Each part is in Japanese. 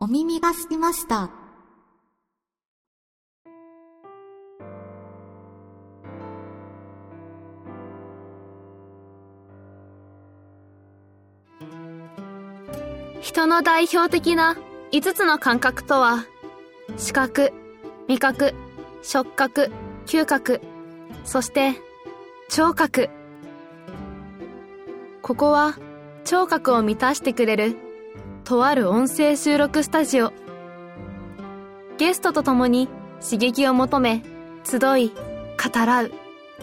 お耳がすきました。 人の代表的な5つの感覚とは、視覚、味覚、触覚、嗅覚、そして聴覚。ここは聴覚を満たしてくれるとある音声収録スタジオ。ゲストと共に刺激を求め集い語らう。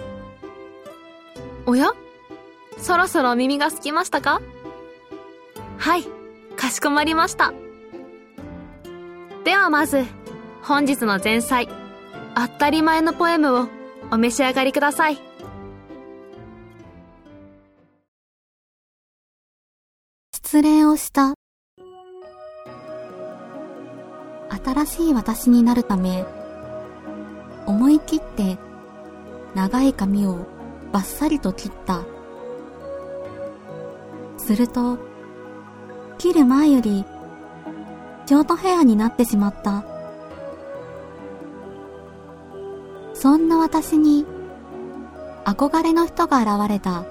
おや？そろそろお耳がすきましたか？はい、かしこまりました。ではまず本日の前菜、あったり前のポエムをお召し上がりください。 失礼をした。新しい私になるため、思い切って長い髪をバッサリと切った。すると、切る前よりショートヘアになってしまった。そんな私に憧れの人が現れた。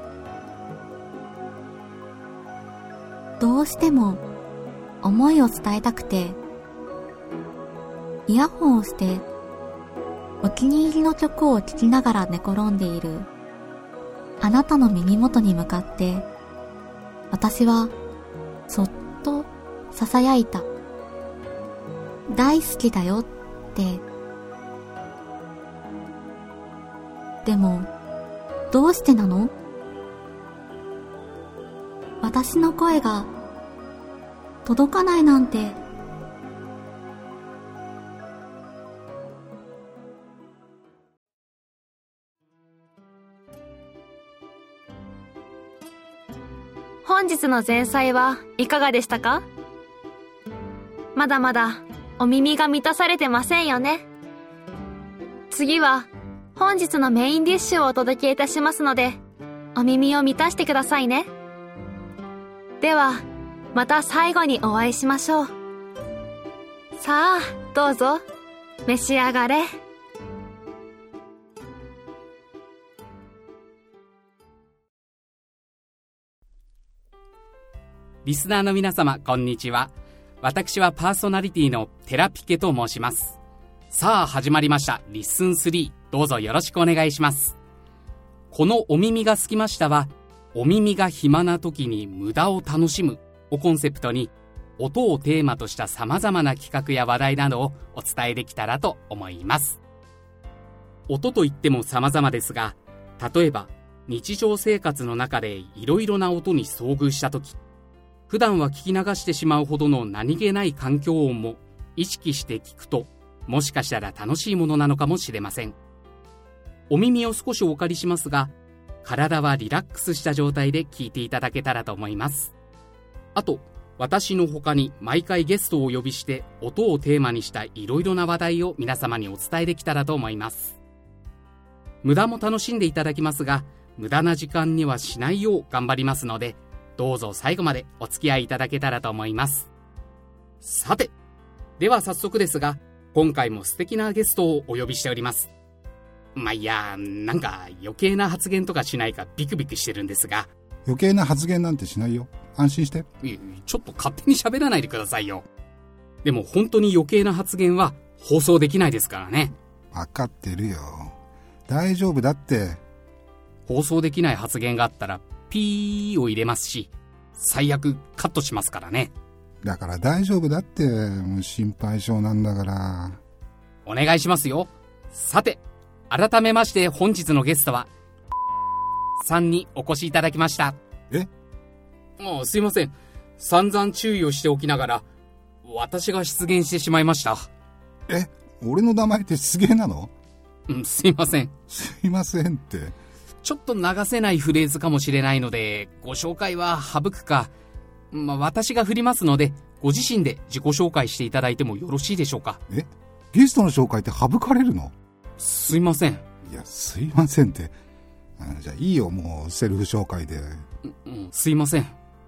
どうしても思いを伝えたくて、イヤホンをしてお気に入りの曲を聴きながら寝転んでいるあなたの耳元に向かって、私はそっと囁いた。大好きだよって。でも、どうしてなの？私の声が届かないなんて。 本日の前菜はいかがでしたか？まだまだお耳が満たされてませんよね。次は本日のメインディッシュをお届けいたしますので、お耳を満たしてくださいね。では、また最後にお会いしましょう。さあ、どうぞ、召し上がれ。 リスナーの皆様、こんにちは。私はパーソナリティのテラピケと申します。さあ、始まりました。リッスン3。どうぞよろしくお願いします。このお耳がすきましたは、お耳が暇な時に無駄を楽しむをコンセプトに、音をテーマとした様々な企画や話題などをお伝えできたらと思います。音といっても様々ですが、例えば日常生活の中でいろいろな音に遭遇した時、普段は聞き流してしまうほどの何気ない環境音も意識して聞くと、もしかしたら楽しいものなのかもしれません。お耳を少しお借りしますが、体はリラックスした状態で聞いていただけたらと思います。あと、私の他に毎回ゲストをお呼びして音をテーマにしたいろいろな話題を皆様にお伝えできたらと思います。無駄も楽しんでいただきますが、無駄な時間にはしないよう頑張りますので、どうぞ最後までお付き合いいただけたらと思います。さて、では早速ですが、今回も素敵なゲストをお呼びしております。いや、なんか余計な発言とかしないかビクビクしてるんですが。 余計な発言なんてしないよ。安心して。 ちょっと勝手に喋らないでくださいよ。でも本当に余計な発言は放送できないですからね。 わかってるよ。大丈夫だって。 放送できない発言があったらピーを入れますし、最悪カットしますからね。 だから大丈夫だって。もう心配性なんだから。 お願いしますよ。さて、改めまして本日のゲストはさんにお越しいただきました。もうすいません。散々注意をしておきながら私が出現してしまいました。 俺の名前って失言なの？ すいません。 すいませんって。 ちょっと流せないフレーズかもしれないので、ご紹介は省くか、私が振りますので、ご自身で自己紹介していただいてもよろしいでしょうか。 ゲストの紹介って省かれるの？ すいません。 いや、すいませんって。じゃあいいよ、もうセルフ紹介で。 すいません。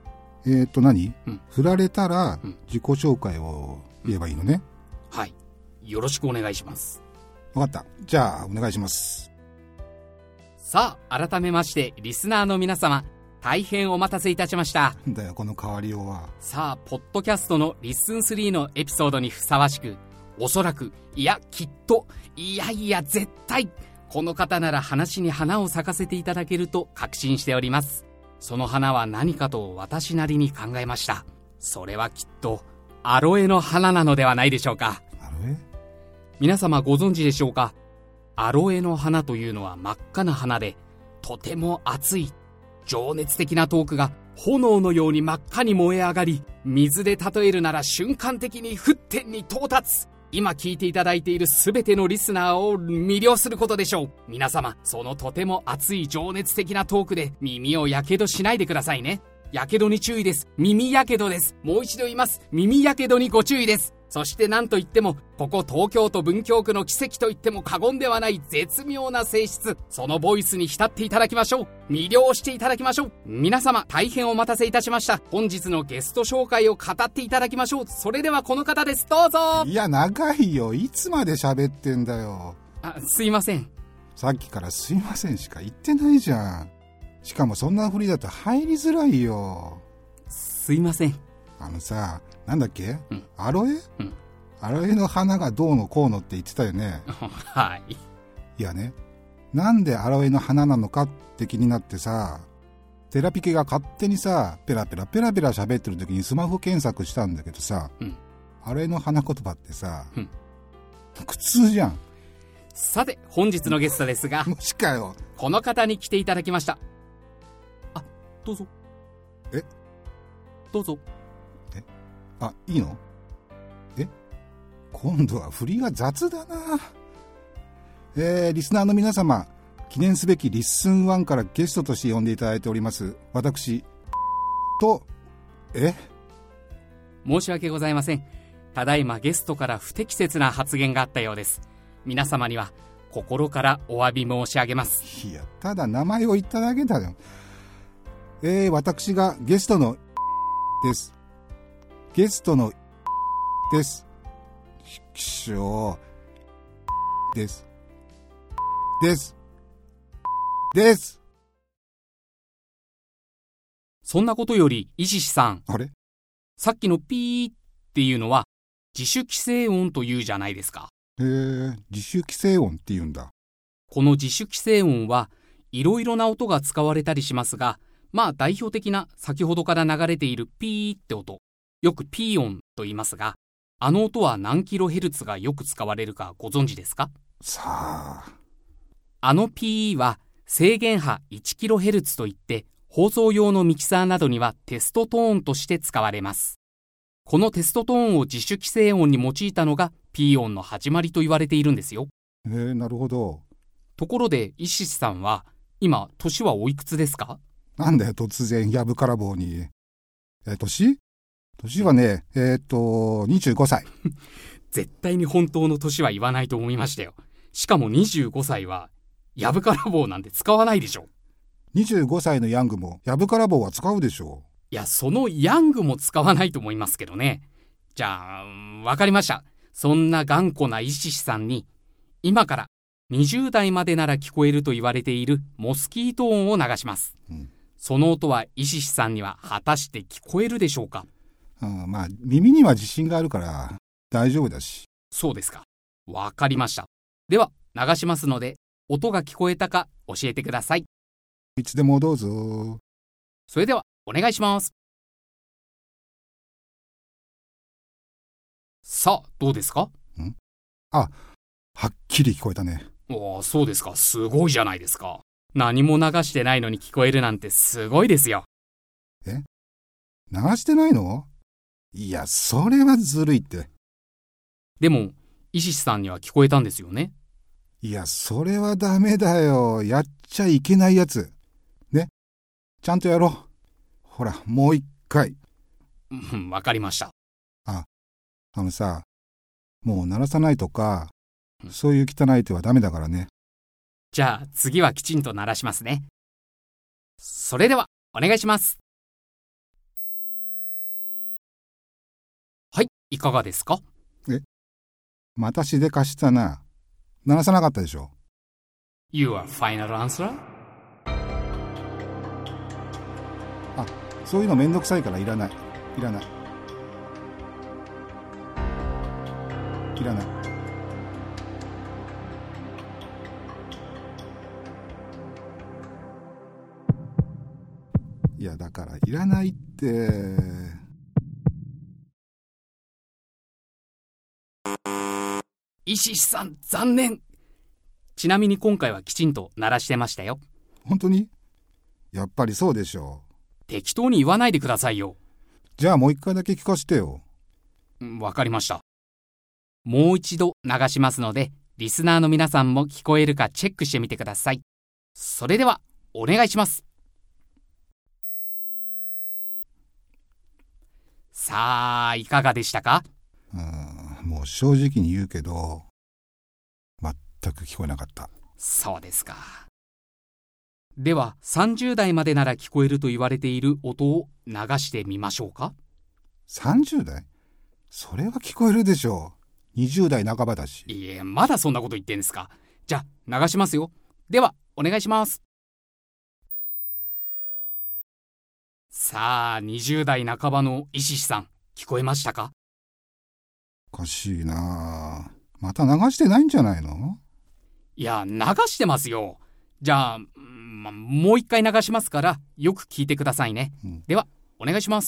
何、 うん、 振られたら自己紹介を言えばいいのね。 はい。よろしくお願いします。 わかった。じゃあ、お願いします。 さあ、改めまして、リスナーの皆様、大変お待たせいたしました。 なんだよ、この変わりようは。 さあ、ポッドキャストのリッスン3のエピソードにふさわしく、おそらく、いや、きっと、いやいや、絶対、この方なら話に花を咲かせていただけると確信しております。その花は何かと私なりに考えました。それはきっと、アロエの花なのではないでしょうか。 アロエ？ 皆様ご存知でしょうか。アロエの花というのは真っ赤な花で、とても熱い、情熱的なトークが炎のように真っ赤に燃え上がり、水で例えるなら瞬間的に沸点に到達。今聞いていただいているすべてのリスナーを魅了することでしょう。皆様、そのとても熱い情熱的なトークで耳をやけどしないでくださいね。やけどに注意です。耳やけどです。もう一度言います。耳やけどにご注意です。そして何と言っても、ここ東京都文京区の奇跡と言っても過言ではない絶妙な性質。そのボイスに浸っていただきましょう。魅了していただきましょう。皆様、大変お待たせいたしました。本日のゲスト紹介を語っていただきましょう。それではこの方です。どうぞ。 いや、長いよ。いつまで喋ってんだよ。 すいません。 さっきからすいませんしか言ってないじゃん。しかもそんな振りだと入りづらいよ。 すいません。 さ、なんだっけ、 うん、 アロエ、 うん、 アロエの花がどうのこうのって言ってたよね。 はい。 いやね、なんでアロエの花なのかって気になってさ、テラピケが勝手にさ、ペラペラペラペラ喋ってる時にスマホ検索したんだけどさ、 うん、 アロエの花言葉ってさ、 うん、 苦痛じゃん。 さて、本日のゲストですが、 もしかよ。 この方に来ていただきました。どうぞ。どうぞ。 いいの？今度は振りが雑だな。リスナーの皆様、記念すべきリッスン1からゲストとして呼んでいただいております私と、 申し訳ございません。ただいまゲストから不適切な発言があったようです。皆様には心からお詫び申し上げます。 いや、ただ名前を言っただけだよ。私がゲストのです。ゲストのです。気象ですですです。 そんなことより石師さん、 あれ？ さっきのピーっていうのは自主規制音というじゃないですか。 自主規制音って言うんだ。 この自主規制音はいろいろな音が使われたりしますが、まあ代表的な先ほどから流れているピーって音、よくピー音と言いますが、あの音は何キロヘルツがよく使われるかご存知ですか？ さあ。 あの PE は制限波 1kHz といって、放送用のミキサーなどにはテストトーンとして使われます。このテストトーンを自主規制音に用いたのが P 音の始まりと言われているんですよ。 なるほど。 ところで石さんは今年はおいくつですか？ なんだよ突然やぶから棒に。年はね、25歳。 絶対に本当の年は言わないと思いましたよ。しかも25歳はやぶから棒なんて使わないでしょ。 25歳のヤングもやぶから棒は使うでしょう。 いや、そのヤングも使わないと思いますけどね。じゃあ、わかりました。そんな頑固な石さんに、今から20代までなら聞こえると言われているモスキート音を流します。その音は石さんには果たして聞こえるでしょうか？ まあ、耳には自信があるから大丈夫だし。 そうですか。わかりました。では、流しますので、音が聞こえたか教えてください。 いつでもどうぞ。 それでは、お願いします。さあ、どうですか？ はっきり聞こえたね。 おー、そうですか。すごいじゃないですか。何も流してないのに聞こえるなんてすごいですよ。 流してないの？いや、それはずるいって。 でも、石さんには聞こえたんですよね？ いや、それはダメだよ。やっちゃいけないやつ。ね。ちゃんとやろう。ほら、もう一回。 わかりました。 さ、もう鳴らさないとか、そういう汚い手はダメだからね。 じゃあ、次はきちんと鳴らしますね。それでは、お願いします。 いかがですか？ またしでかしたな。鳴らさなかったでしょ。 Your final answer? あ、そういうのめんどくさいからいらない。いらない。いらない。いや、だからいらないって。 石さん、残念。ちなみに今回はきちんと鳴らしてましたよ。 本当に？やっぱりそうでしょう。 適当に言わないでくださいよ。 じゃあもう一回だけ聞かせてよ。 わかりました。もう一度流しますので、リスナーの皆さんも聞こえるかチェックしてみてください。それではお願いします。さあ、いかがでしたか？ もう正直に言うけど、全く聞こえなかった。 そうですか。では、30代までなら聞こえると言われている音を流してみましょうか。 30代？それは聞こえるでしょう。20代半ばだし。 いえ、まだそんなこと言ってんですか。じゃあ、流しますよ。では、お願いします。さあ、20代半ばの石さん、聞こえましたか？ おかしいなあ。また流してないんじゃないの？ いや、流してますよ。じゃあ、もう一回流しますから、よく聞いてくださいね。では、お願いします。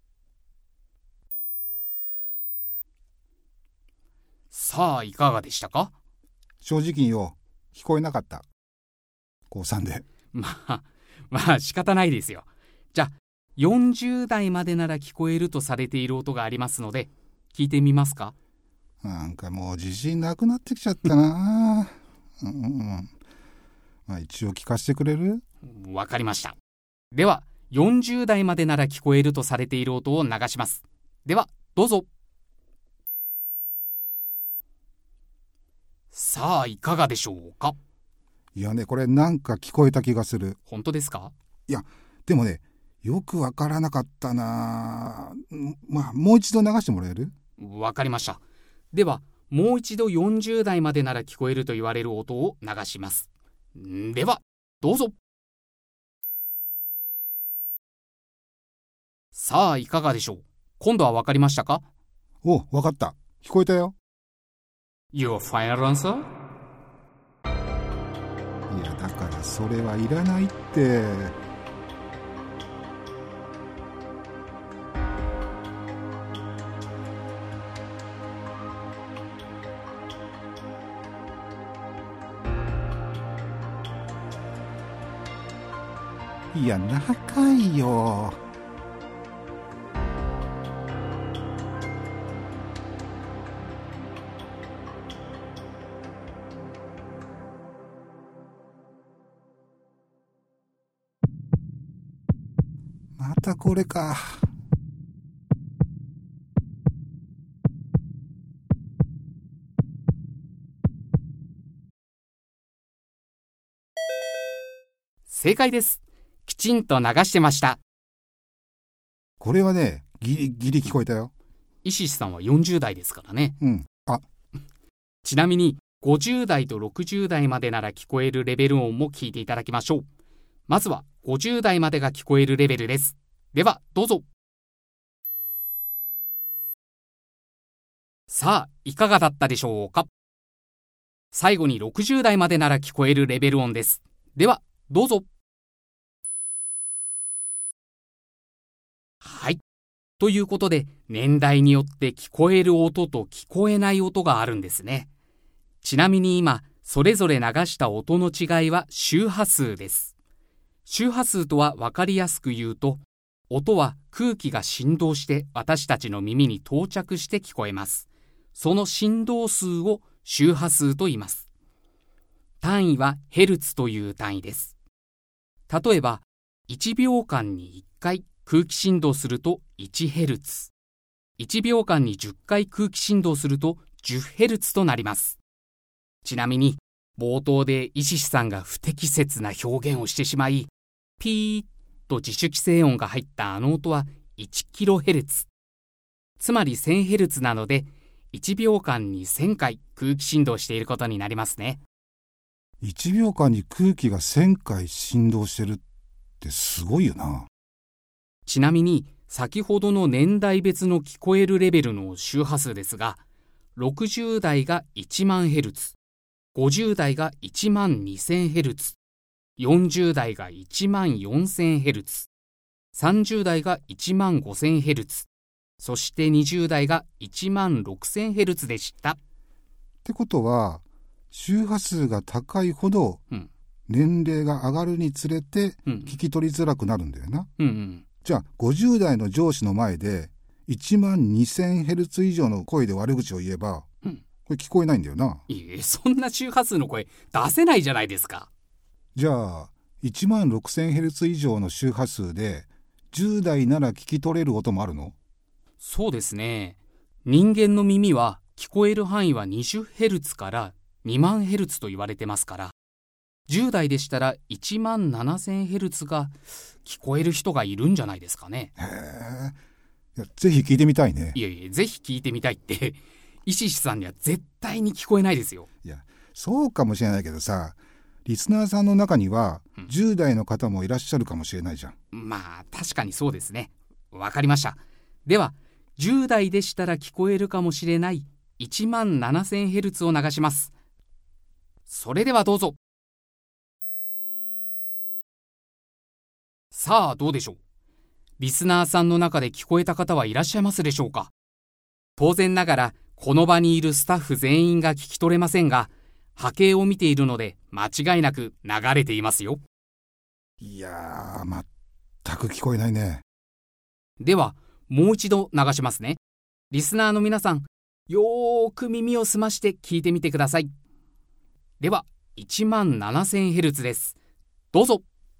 さあ、いかがでしたか？ 正直に言おう。聞こえなかった。高3で。 まあ仕方ないですよ。じゃあ、40代までなら聞こえるとされている音がありますので、聞いてみますか？ なんかもう自信なくなってきちゃったな。まあ一応聞かせてくれる？ わかりました。では、40代までなら聞こえるとされている音を流します。では、どうぞ。さあ、いかがでしょうか？ いやね、これなんか聞こえた気がする。 本当ですか？ いや、でもね、よくわからなかったな。まあ、もう一度流してもらえる？ わかりました。では、もう一度40代までなら聞こえると言われる音を流します。では、どうぞ。さあ、いかがでしょう？今度はわかりましたか？ お、わかった。聞こえたよ。 Your final answer? いや、だからそれはいらないって。いや、長いよ。またこれか。 正解です。きちんと流してました。 これはね、ギリギリ聞こえたよ。 石さんは40代ですからね。ちなみに50代と60代までなら聞こえるレベル音も聞いていただきましょう。まずは50代までが聞こえるレベルです。ではどうぞ。さあ、いかがだったでしょうか？最後に60代までなら聞こえるレベル音です。ではどうぞ。はい。ということで、年代によって聞こえる音と聞こえない音があるんですね。ちなみに今、それぞれ流した音の違いは周波数です。周波数とは分かりやすく言うと、音は空気が振動して私たちの耳に到着して聞こえます。その振動数を周波数と言います。単位はヘルツという単位です。例えば、1秒間に1回空気振動すると1ヘルツ。1秒間に10回空気振動すると10ヘルツとなります。ちなみに、冒頭で石さんが不適切な表現をしてしまい、ピーッと自主規制音が入ったあの音は1キロヘルツ。 つまり 1000Hz なので、1秒間に1000回空気振動していることになりますね。 1秒間に空気が1000回振動してるってすごいよな。 ちなみに、先ほどの年代別の聞こえるレベルの周波数ですが、60代が1万ヘルツ、50代が1万2000ヘルツ、40代が1万4000ヘルツ、30代が1万5000ヘルツ、そして20代が1万6000ヘルツでした。 ってことは、周波数が高いほど、年齢が上がるにつれて聞き取りづらくなるんだよな。じゃあ、50代の上司の前で、1万2000ヘルツ以上の声で悪口を言えば、これ聞こえないんだよな。 いえ、そんな周波数の声出せないじゃないですか。 じゃあ、1万6000ヘルツ以上の周波数で、10代なら聞き取れる音もあるの？ そうですね。人間の耳は聞こえる範囲は 20Hz から2万ヘルツと言われてますから、10代でしたら1万7000ヘルツが聞こえる人がいるんじゃないですかね。 へえ。ぜひ聞いてみたいね。 いやいや、ぜひ聞いてみたいって石石さんには絶対に聞こえないですよ。 いや、そうかもしれないけどさ、リスナーさんの中には10代の方もいらっしゃるかもしれないじゃん。 まあ確かにそうですね。わかりました。では10代でしたら聞こえるかもしれない1万7000ヘルツを流します。それではどうぞ。さあどうでしょう。リスナーさんの中で聞こえた方はいらっしゃいますでしょうか。当然ながらこの場にいるスタッフ全員が聞き取れませんが、波形を見ているので間違いなく流れていますよ。 いやー、全く聞こえないね。 ではもう一度流しますね。リスナーの皆さん、よーく耳を澄まして聞いてみてください。では1万7000ヘルツです。どうぞ。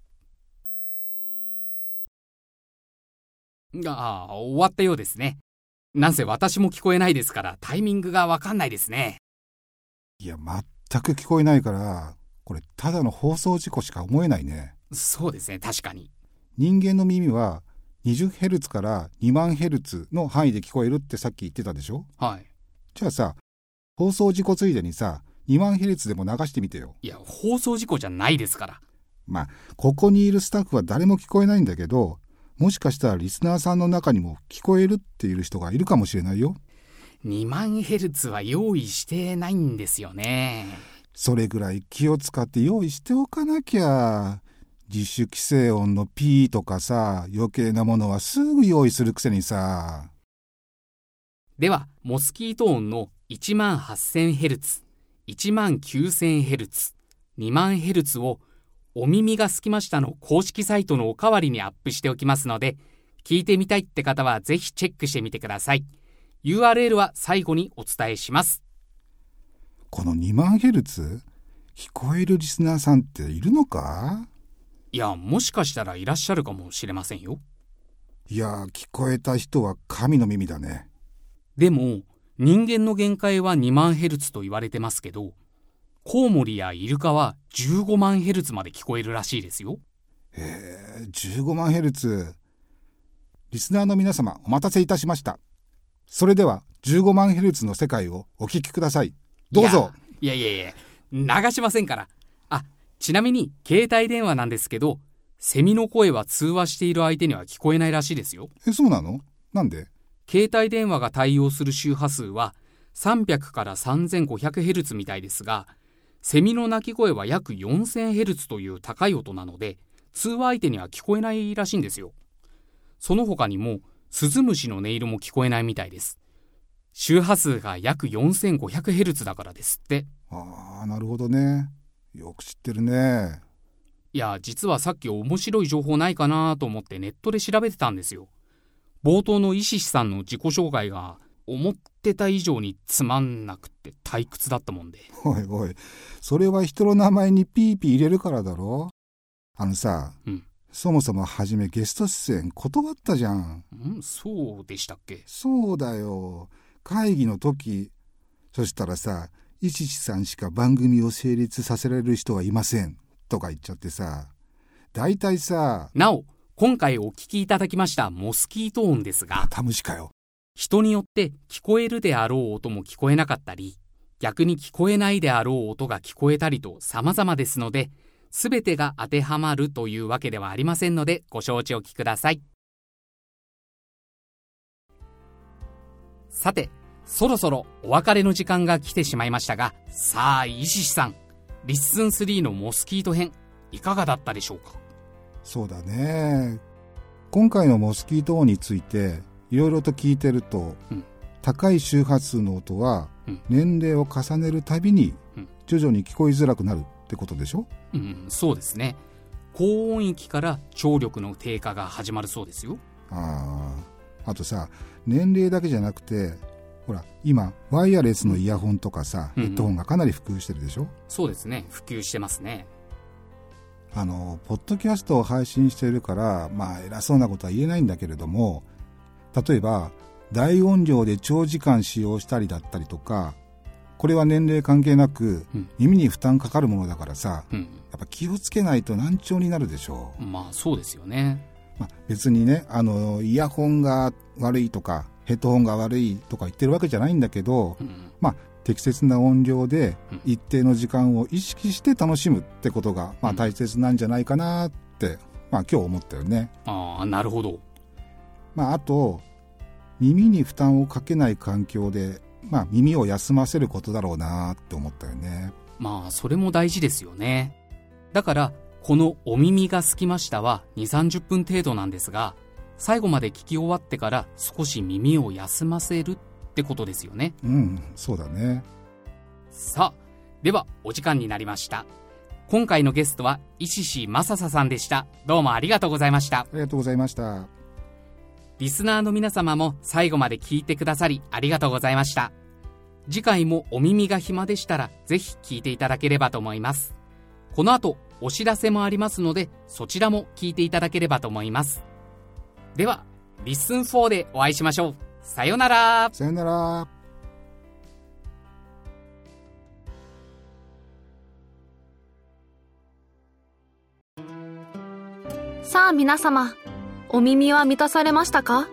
終わったようですね。なんせ私も聞こえないですからタイミングがわかんないですね。 いや、全く聞こえないから、これただの放送事故しか思えないね。 そうですね、確かに。 人間の耳は 20Hz から2万ヘルツの範囲で聞こえるってさっき言ってたでしょ。 はい。 じゃあさ、放送事故ついでにさ、2万ヘルツでも流してみてよ。 いや、放送事故じゃないですから。 まあ、ここにいるスタッフは誰も聞こえないんだけど、もしかしたらリスナーさんの中にも聞こえるっている人がいるかもしれないよ。 2万ヘルツは用意してないんですよね。 それぐらい気を使って用意しておかなきゃ。自主規制音の P とかさ、余計なものはすぐ用意するくせにさ。 ではモスキート音の1万8000ヘルツ、1万9000ヘルツ、2万ヘルツをお耳がすきましたの公式サイトのおかわりにアップしておきますので、聞いてみたいって方はぜひチェックしてみてください。URL は最後にお伝えします。 この2万ヘルツ聞こえるリスナーさんっているのか？ いや、もしかしたらいらっしゃるかもしれませんよ。 いや、聞こえた人は神の耳だね。 でも人間の限界は2万ヘルツと言われてますけど、コウモリやイルカは15万ヘルツまで聞こえるらしいですよ。 15万ヘルツ。リスナーの皆様、お待たせいたしました。それでは15万ヘルツの世界をお聞きください。どうぞ。 いや流しませんから。ちなみに携帯電話なんですけど、セミの声は通話している相手には聞こえないらしいですよ。 そうなの？なんで？ 携帯電話が対応する周波数は300から3500ヘルツみたいですが、セミの鳴き声は約4000ヘルツという高い音なので、通話相手には聞こえないらしいんですよ。その他にもスズムシの音色も聞こえないみたいです。周波数が約 4500Hz だからですって。 なるほどね。よく知ってるね。 いや、実はさっき面白い情報ないかなと思ってネットで調べてたんですよ。冒頭の石さんの自己紹介が思ってた以上につまんなくて退屈だったもんで。 おい、それは人の名前にピーピー入れるからだろ。そもそも初めゲスト出演断ったじゃん。 そうでしたっけ？ そうだよ。会議の時、そしたらさ、石さんしか番組を成立させられる人はいませんとか言っちゃってさ、大体さ。 なお、今回お聞きいただきましたモスキート音ですが、 タムシかよ。 人によって聞こえるであろう音も聞こえなかったり、逆に聞こえないであろう音が聞こえたりと様々ですので、すべてが当てはまるというわけではありませんので、ご承知おきください。さて、そろそろお別れの時間が来てしまいましたが、さあ、石師さん、リッスン3のモスキート編、いかがだったでしょうか？ そうだね。今回のモスキート音についていろいろと聞いてると、高い周波数の音は年齢を重ねるたびに徐々に聞こえづらくなるってことでしょ？ そうですね。高音域から聴力の低下が始まるそうですよ。 あとさ、年齢だけじゃなくて、ほら今ワイヤレスのイヤホンとかさ、ヘッドホンがかなり普及してるでしょ？ そうですね、普及してますね。 ポッドキャストを配信しているから、偉そうなことは言えないんだけれども、例えば大音量で長時間使用したりだったりとか、これは年齢関係なく、耳に負担かかるものだからさ、やっぱ気をつけないと難聴になるでしょう。 そうですよね。 別にね、イヤホンが悪いとかヘッドホンが悪いとか言ってるわけじゃないんだけど、適切な音量で一定の時間を意識して楽しむってことが、大切なんじゃないかなって、今日思ったよね。 なるほど。 あと耳に負担をかけない環境で、耳を休ませることだろうなって思ったよね。 それも大事ですよね。だからこのお耳がすきましたは 2,30 分程度なんですが、最後まで聞き終わってから少し耳を休ませるってことですよね。 そうだね。 さあ、ではお時間になりました。今回のゲストは石師正さんでした。どうもありがとうございました。 ありがとうございました。 リスナーの皆様も最後まで聞いてくださりありがとうございました。次回もお耳が暇でしたらぜひ聞いていただければと思います。この後お知らせもありますので、そちらも聞いていただければと思います。ではリッスン4でお会いしましょう。さよなら。 さよなら。 さあ皆様、お耳は満たされましたか？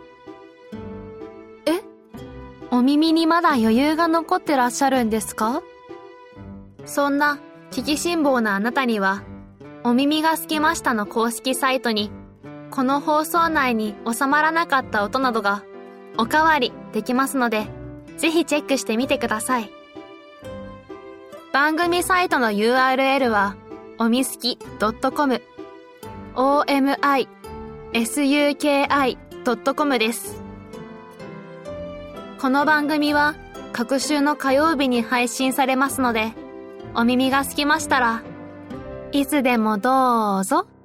お耳にまだ余裕が残ってらっしゃるんですか？そんな聞きしん坊なあなたには、お耳がすきましたの公式サイトに、この放送内に収まらなかった音などがおかわりできますので、ぜひチェックしてみてください。番組サイトの URL はおみすき .com、 omisuki.com です。この番組は各週の火曜日に配信されますので、お耳がすきましたらいつでもどうぞ。